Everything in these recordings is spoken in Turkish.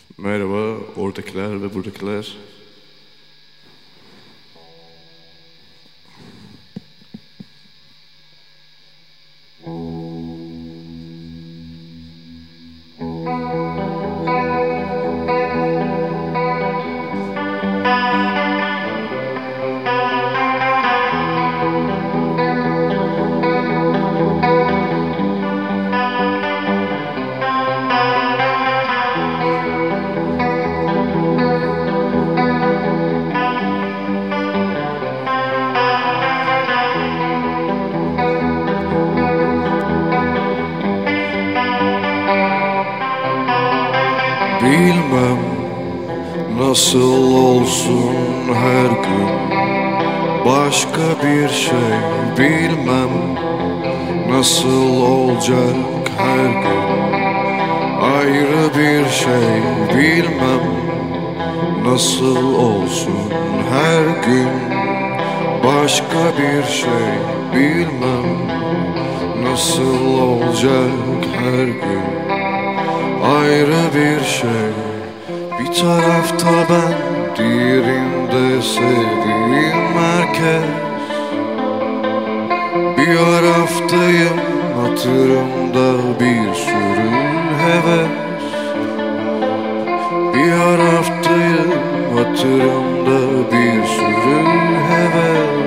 Merhaba oradakiler ve buradakiler. Bilmem nasıl olsun her gün başka bir şey. Bilmem nasıl olacak her gün ayrı bir şey. Bilmem nasıl olsun her gün başka bir şey. Bilmem nasıl olacak her gün ayrı bir şey. Bir tarafta ben, diğerinde sevdiğim herkes. Bir araftayım, hatırımda bir sürü heves. Bir araftayım, hatırımda bir sürü heves.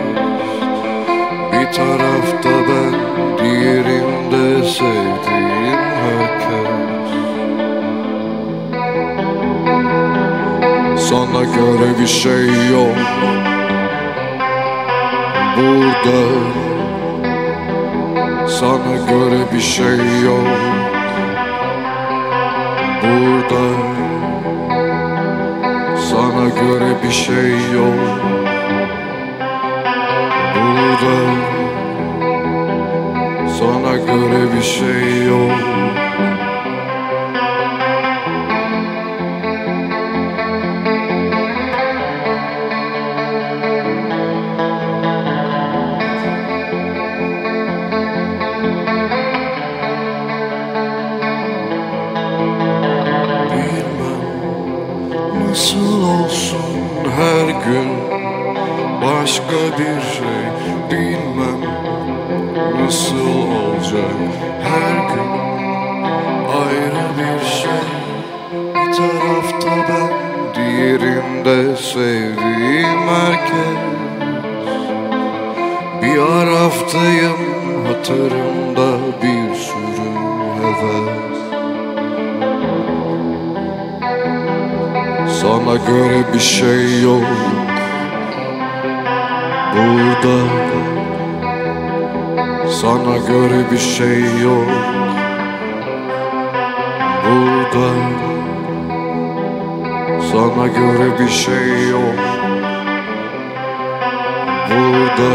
Bir tarafta ben, diğerinde sevdiğim herkes. Sana göre bir şey yok burada. Sana göre bir şey yok burada. Sana göre bir şey yok burada. Sana göre bir şey yok. Nasıl olsun her gün başka bir şey. Bilmem nasıl olacak her gün ayrı bir şey. Bir tarafta ben, diğerinde sevdiğim herkes. Bir araftayım, hatırımda bir sürü heves. Sana göre bir şey yok burada. Sana göre bir şey yok burada. Sana göre bir şey yok burada.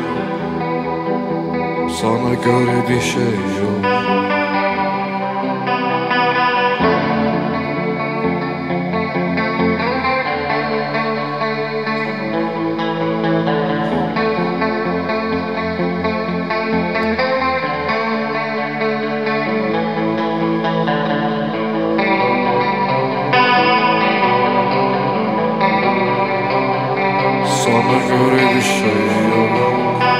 Sana göre bir şey yok. Sana göre bir şey yok.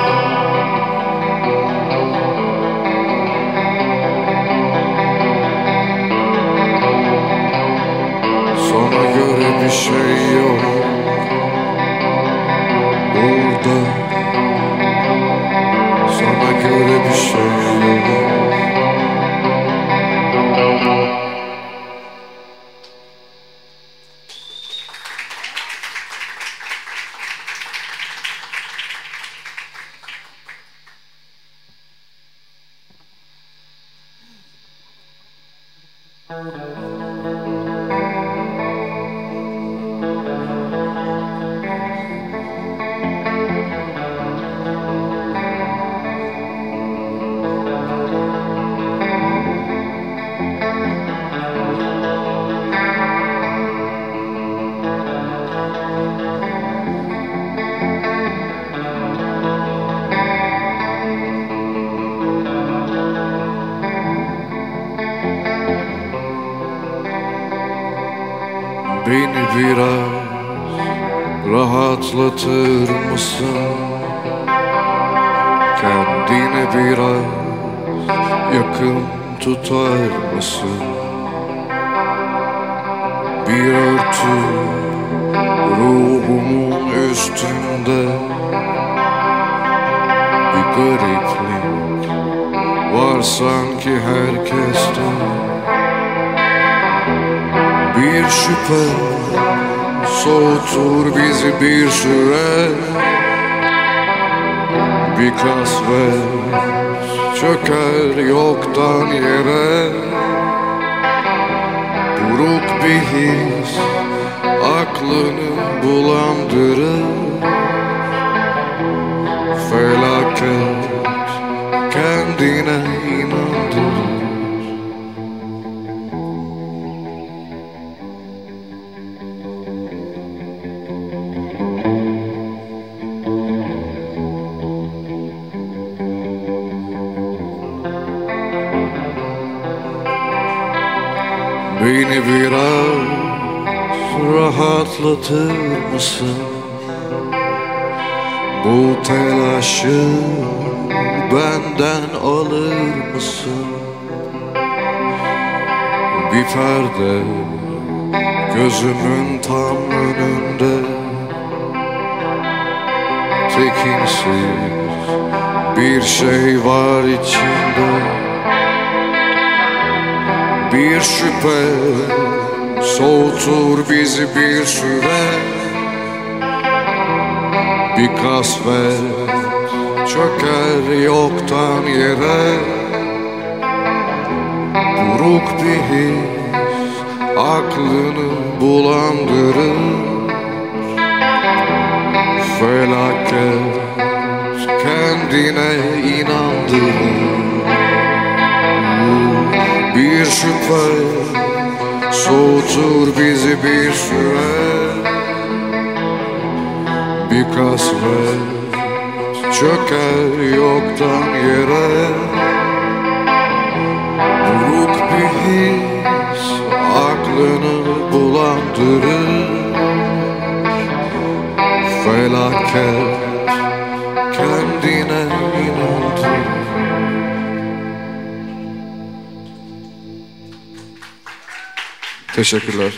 Sana göre bir şey yok burada. Sana göre bir şey yok. Beni biraz rahatlatır mısın? Kendine biraz yakın tutar mısın? Bir örtü ruhumun üstünde, bir gariplik var sanki herkeste. Bir şüphe soğutur bizi bir süre, bir kasvet çöker yoktan yere. Buruk bir his aklını bulandırır, felaket kendine inandırır. Beni biraz rahatlatır mısın? Bu telaşı benden alır mısın? Bir perde gözümün tam önünde, tekinsiz bir şey var içinde. Bir şüphe soğutur bizi bir süre, bir kasvet çöker yoktan yere. Buruk bir his aklını bulandırır, felaket kendine inandırır. Bir şüphe soğutur bizi bir süre, bir kasvet çöker yoktan yere. Buruk bir his aklını bulandırır, felaket kendine inandırır. Teşekkürler.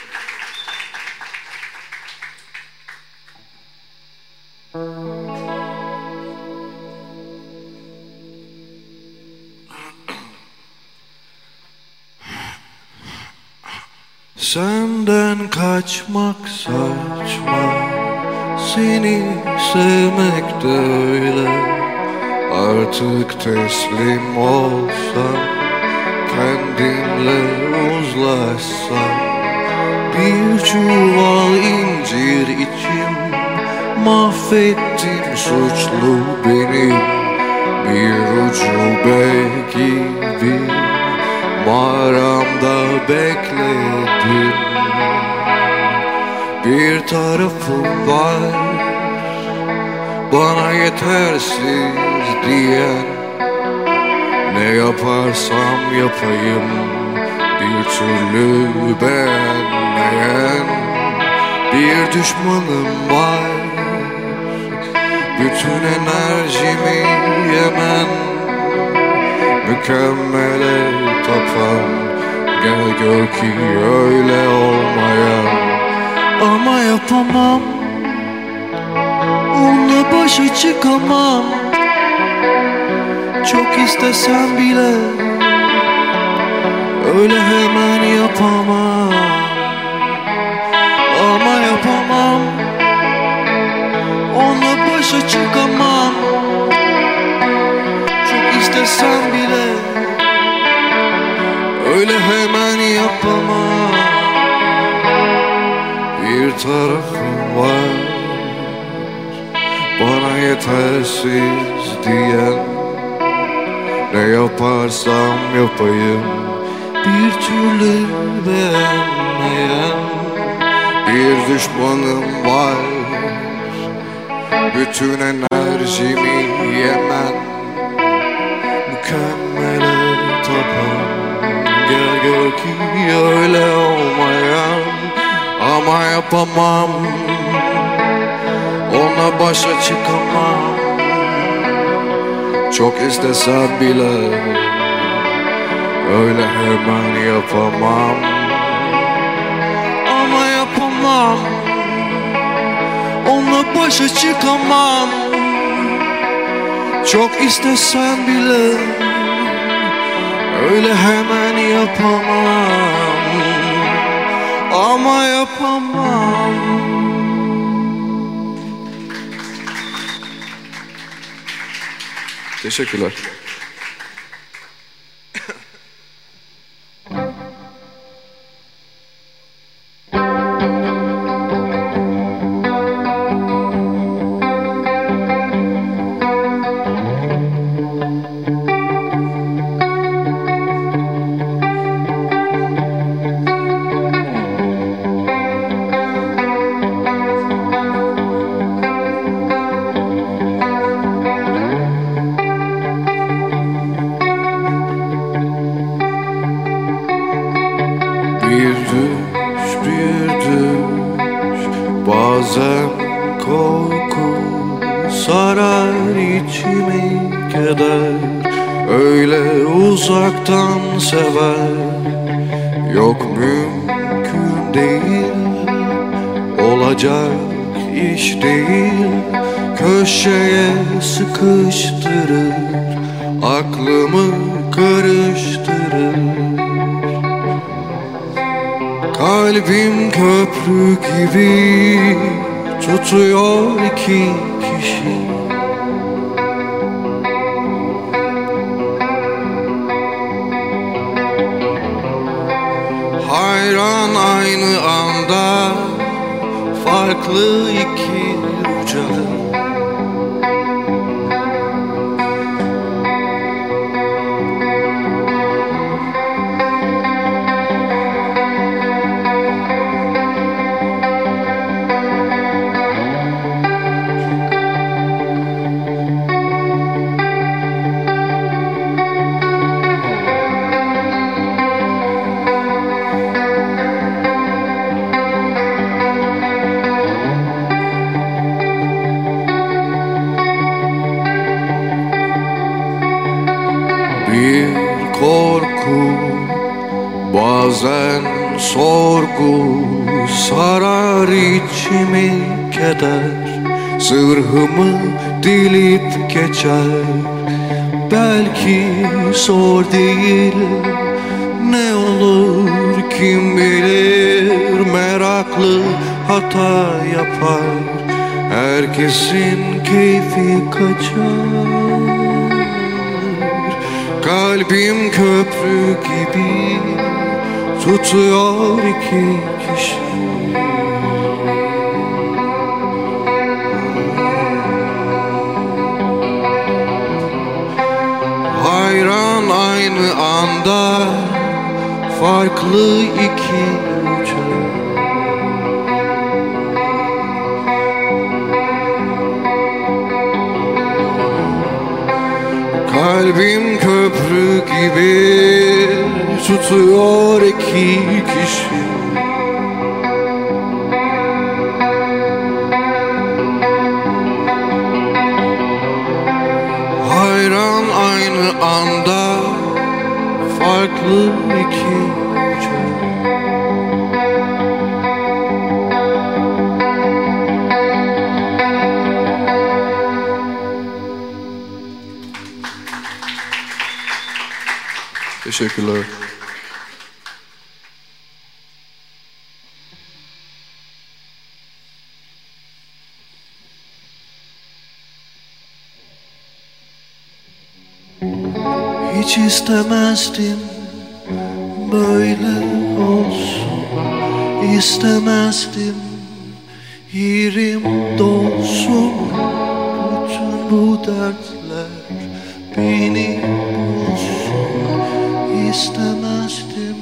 Senden kaçmak saçma, seni sevmek de öyle. Artık teslim olsam, kendimle uzlaşsam. Bir çuval incir içim, mahvettim suçlu benim. Bir ucube gibi mağaramda bekledim. Bir tarafım var bana yetersiz diyen, ne yaparsam yapayım bir türlü beğenmeyen. Bir düşmanım var bütün enerjimi yemen, mükemmele tapan, gel gör ki öyle olmayan. Ama yapamam, onunla başa çıkamam. Çok istesem bile öyle hemen yapamam. Ama yapamam, onunla başa çıkamam. Çok istesem bile öyle hemen yapamam. Bir tarafım var bana yetersiz diyen, ne yaparsam yapayım bir türlü beğenmeyen. Bir düşmanım var bütün enerjimi yemen, mükemmele tapan, gel gör ki öyle olmayan. Ama yapamam, onunla başa çıkamam. Çok istesem bile öyle hemen yapamam. Ama yapamam, onunla başa çıkamam. Çok istesem bile öyle hemen yapamam. Ama yapamam. Teşekkürler. Bir düş bazen korku sarar içimi keder. Öyle uzaktan sever, yok mümkün değil, olacak iş değil. Köşeye sıkıştırır, aklımı karıştırır. Kalbim köprü gibi tutuyor iki kişi. Hayran aynı anda, farklı iki uca. Bir korku, bazen sorgu sarar içimi keder. Zırhımı dilip geçer, belki zor değil. Ne olur kim bilir, meraklı hata yapar. Herkesin keyfi kaçar. Kalbim köprü gibi tutuyor iki kişi. Hayran aynı anda, farklı iki uca. Kalbim köprü gibi tutuyor iki kişi. Hayran aynı anda, farklı iki uca. Teşekkürler. Hiç istemezdim böyle olsun, istemezdim yerim dolsun. Bütün bu dertler beni bulsun, istemezdim.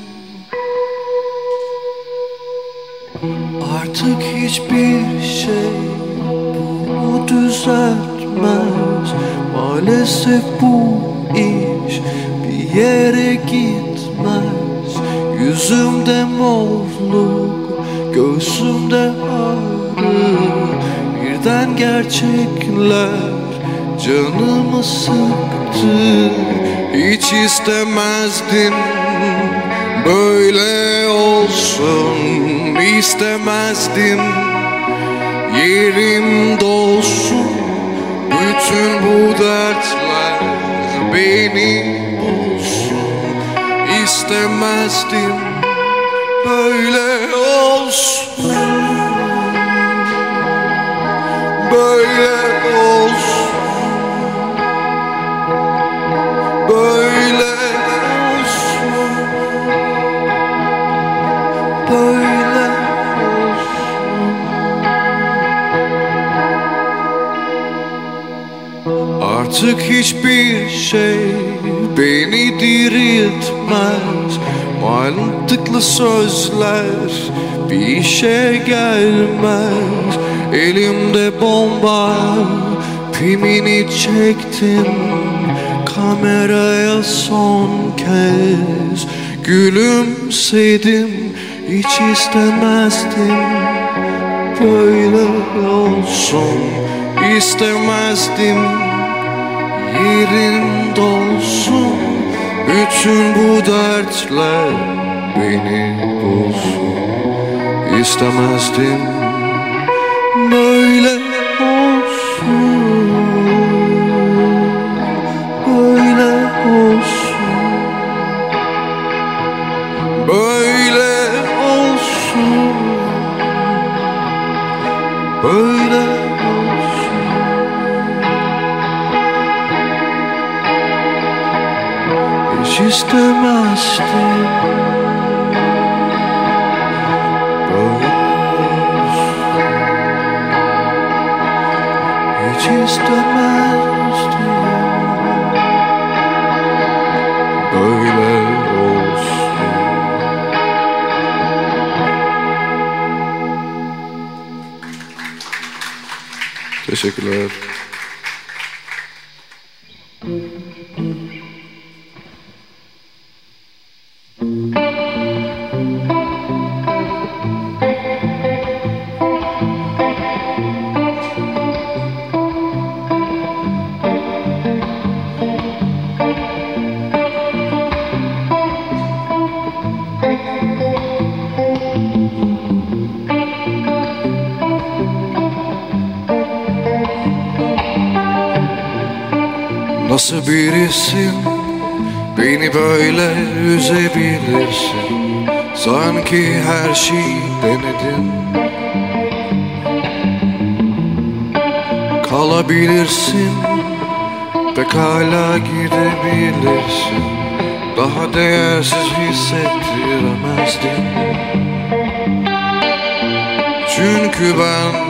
Artık hiçbir şey bunu düzeltmez. Maalesef bu iş bir yere gitmez. Yüzümde morluk, göğsümde ağrı. Birden gerçekler canımı sıktı. Hiç istemezdim böyle olsun, istemezdim yerim dolsun. Bütün bu dertler beni bulsun. İstemezdim böyle olsun, böyle olsun, böyle olsun, böyle olsun. Artık hiçbir şey beni diriltmez. Mantıklı sözler bir işe gelmez. Elimde bomba, pimini çektim. Kameraya son kez gülümsedim. Hiç istemezdim böyle olsun, istemezdim yerin dolsun. Bütün bu dertler beni bulsun. İstemezdim böyle olsun, böyle olsun, böyle olsun, böyle olsun. Hiç istemezdim böyle olsun. Hiç istemezdim böyle olsun. Teşekkürler. Nasıl birisin, beni böyle üzebilirsin? Sanki her şeyi denedim. Kalabilirsin, pekala gidebilirsin. Daha değersiz hissettiremezdim. Çünkü ben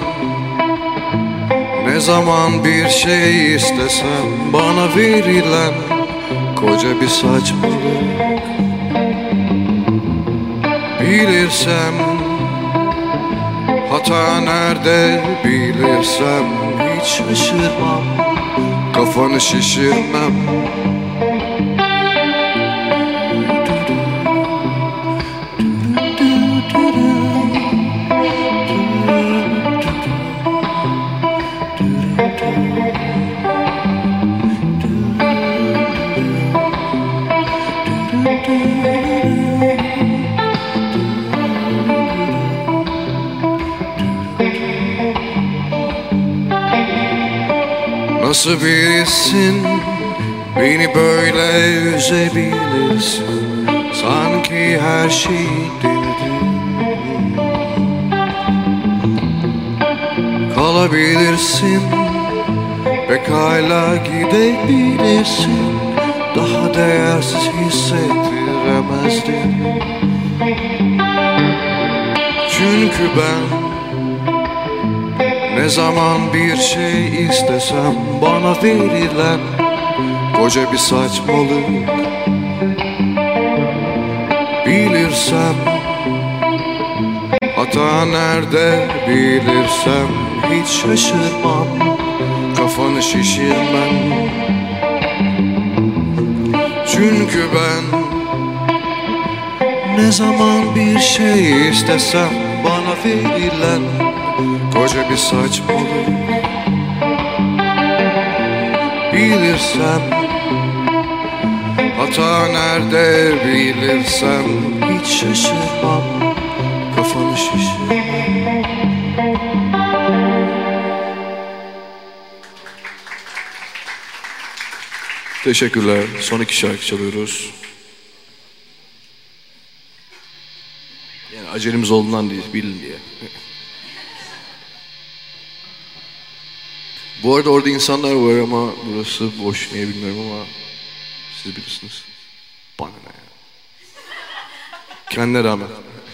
ne zaman bir şey istesem bana verilen koca bir saçmalık. Bilirsem hata nerede, bilirsem hiç şaşırmam, kafanı şişirmem. Nasıl birisin, beni böyle üzebilirsin? Sanki her şeyi denedim. Kalabilirsin, pekala gidebilirsin. Daha değersiz hissettiremezdim. Çünkü ben ne zaman bir şey istesem bana verilen koca bir saçmalık. Bilirsem hata nerede, bilirsem hiç şaşırmam, kafanı şişirmem. Çünkü ben ne zaman bir şey istesem bana verilen koca bir saçmalık. Bilirsen hata nerede bilirsen, hiç şaşırmam, kafanı şişirmem. Teşekkürler. Son iki şarkı çalıyoruz. Yani acelemiz olduğundan değil, bilin diye. Bu arada orada insanlar var ama burası boş, niye bilmiyorum ama siz bilirsiniz. Bana ne ya? Kendine rağmen.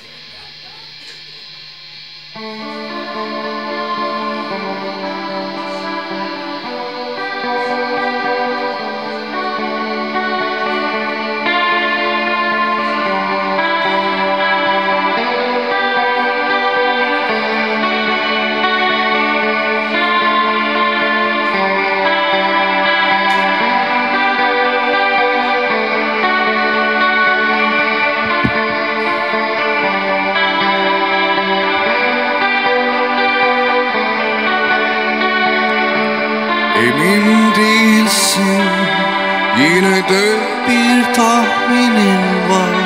Emin değilsin, yine de bir tahminin var.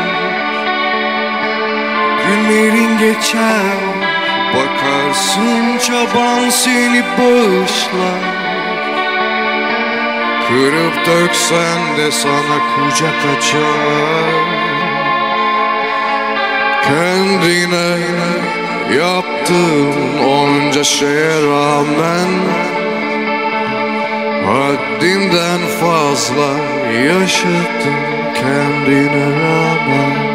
Günlerin geçer, bakarsın çaban seni bağışlar. Kırıp döksen de sana kucak açar. Kendine yaptığın onca şeye rağmen haddinden fazla yaşadın kendine rağmen.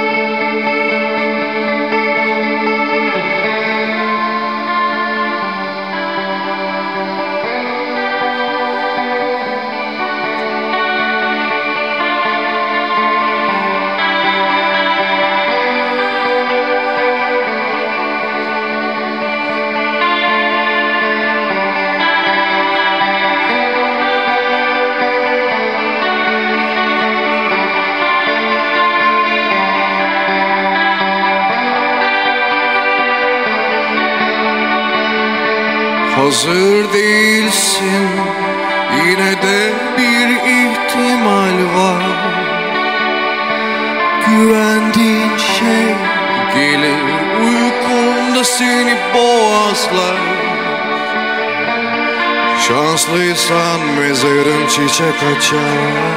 Hazır değilsin, yine de bir ihtimal var. Güvendiğin şey gelir uykunda seni boğazlar. Şanslıysan mezarın çiçek açar.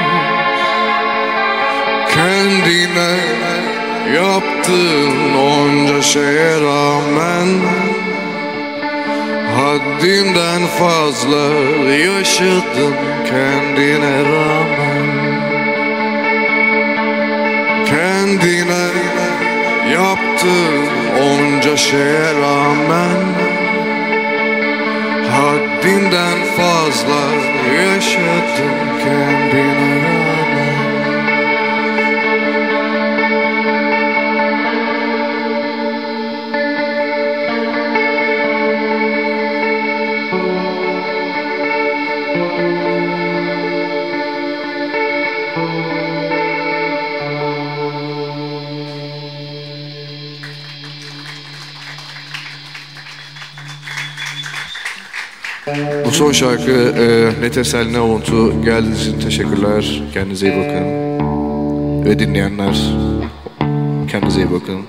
Kendine yaptığın onca şeye rağmen haddinden fazla yaşadın kendine rağmen. Kendine yaptığın onca şeye rağmen haddinden fazla yaşadın kendine rağmen. Bu son şarkı ne teselli ne avuntu. Geldiğiniz için teşekkürler. Kendinize iyi bakın. Ve dinleyenler, kendinize iyi bakın.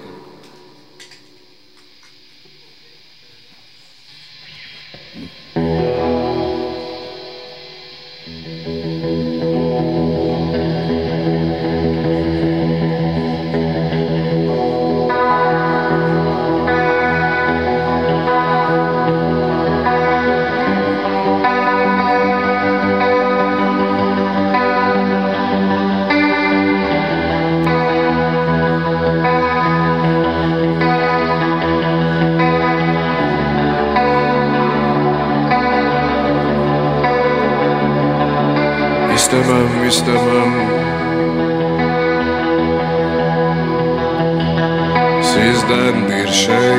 İstemem, istemem sizden bir şey.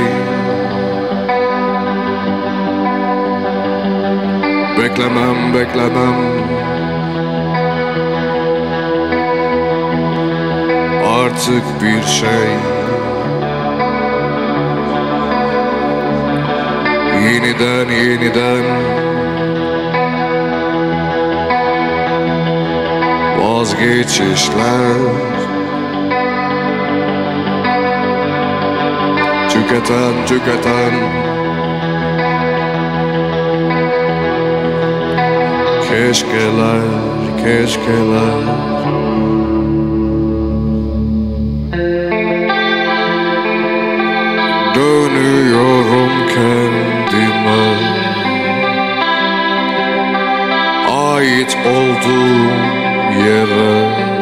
Beklemem, beklemem artık bir şey. yeniden vazgeçişler, tüketen keşkeler dönüyorum kendime, ait olduğum yere,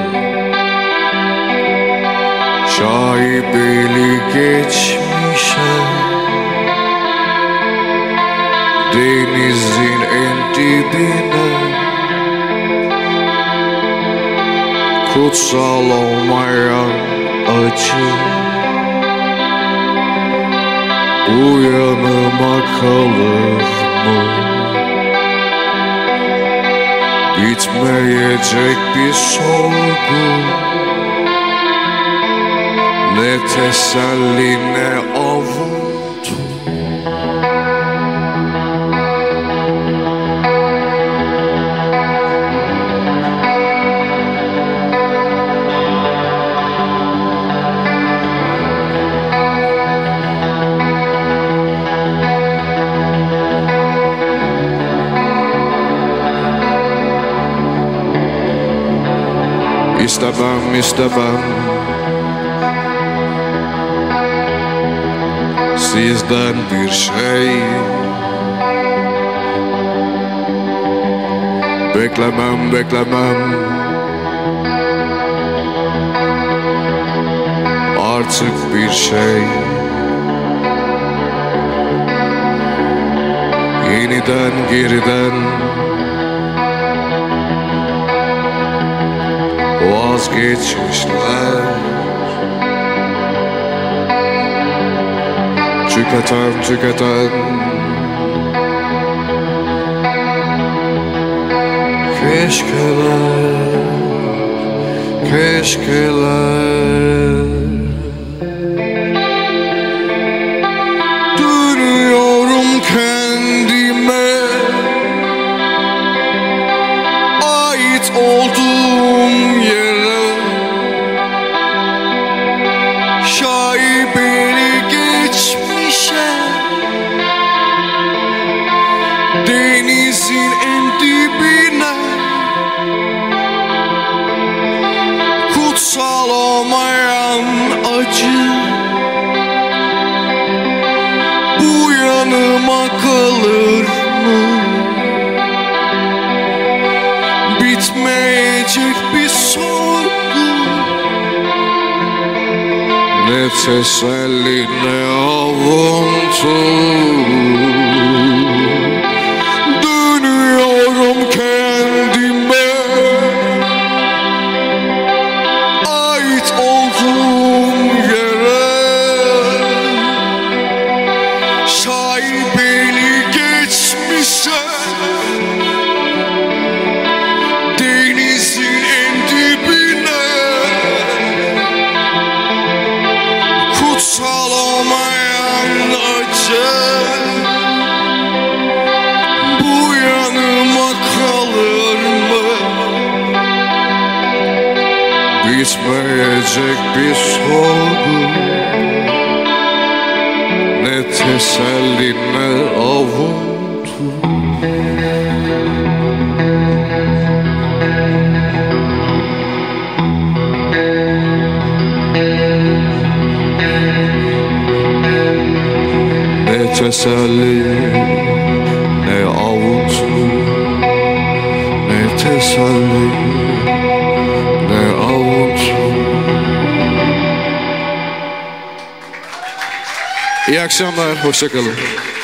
şaibeli geçmişe, denizin en dibine, kutsal olmayan acı bu yanıma kalır mı? Bitmeyecek bir sorgu, ne teselli ne avuntu. İstemem sizden bir şey, beklemem artık bir şey. Yeniden geriden vazgeçişler, tüketen keşkeler dönüyorum kendime, ait olduğum yere, şaibeli geçmişe, denizin en dibine, kutsal olmayan acı bu yanıma kalır mı? Bitmeyecek bir sorgu, ne teselli ne avuntu. Dönüyorum kendime, ait olduğum yere, şaibeli geçmişe, denizin en dibine, kutsal olmayan acı bu yanıma kalır mı? Bitmeyecek bir sorgu, ne teselli ne avuntu. Ne teselli ne avuntu, ne teselli ne avuntu. İyi akşamlar, hoşça kalın.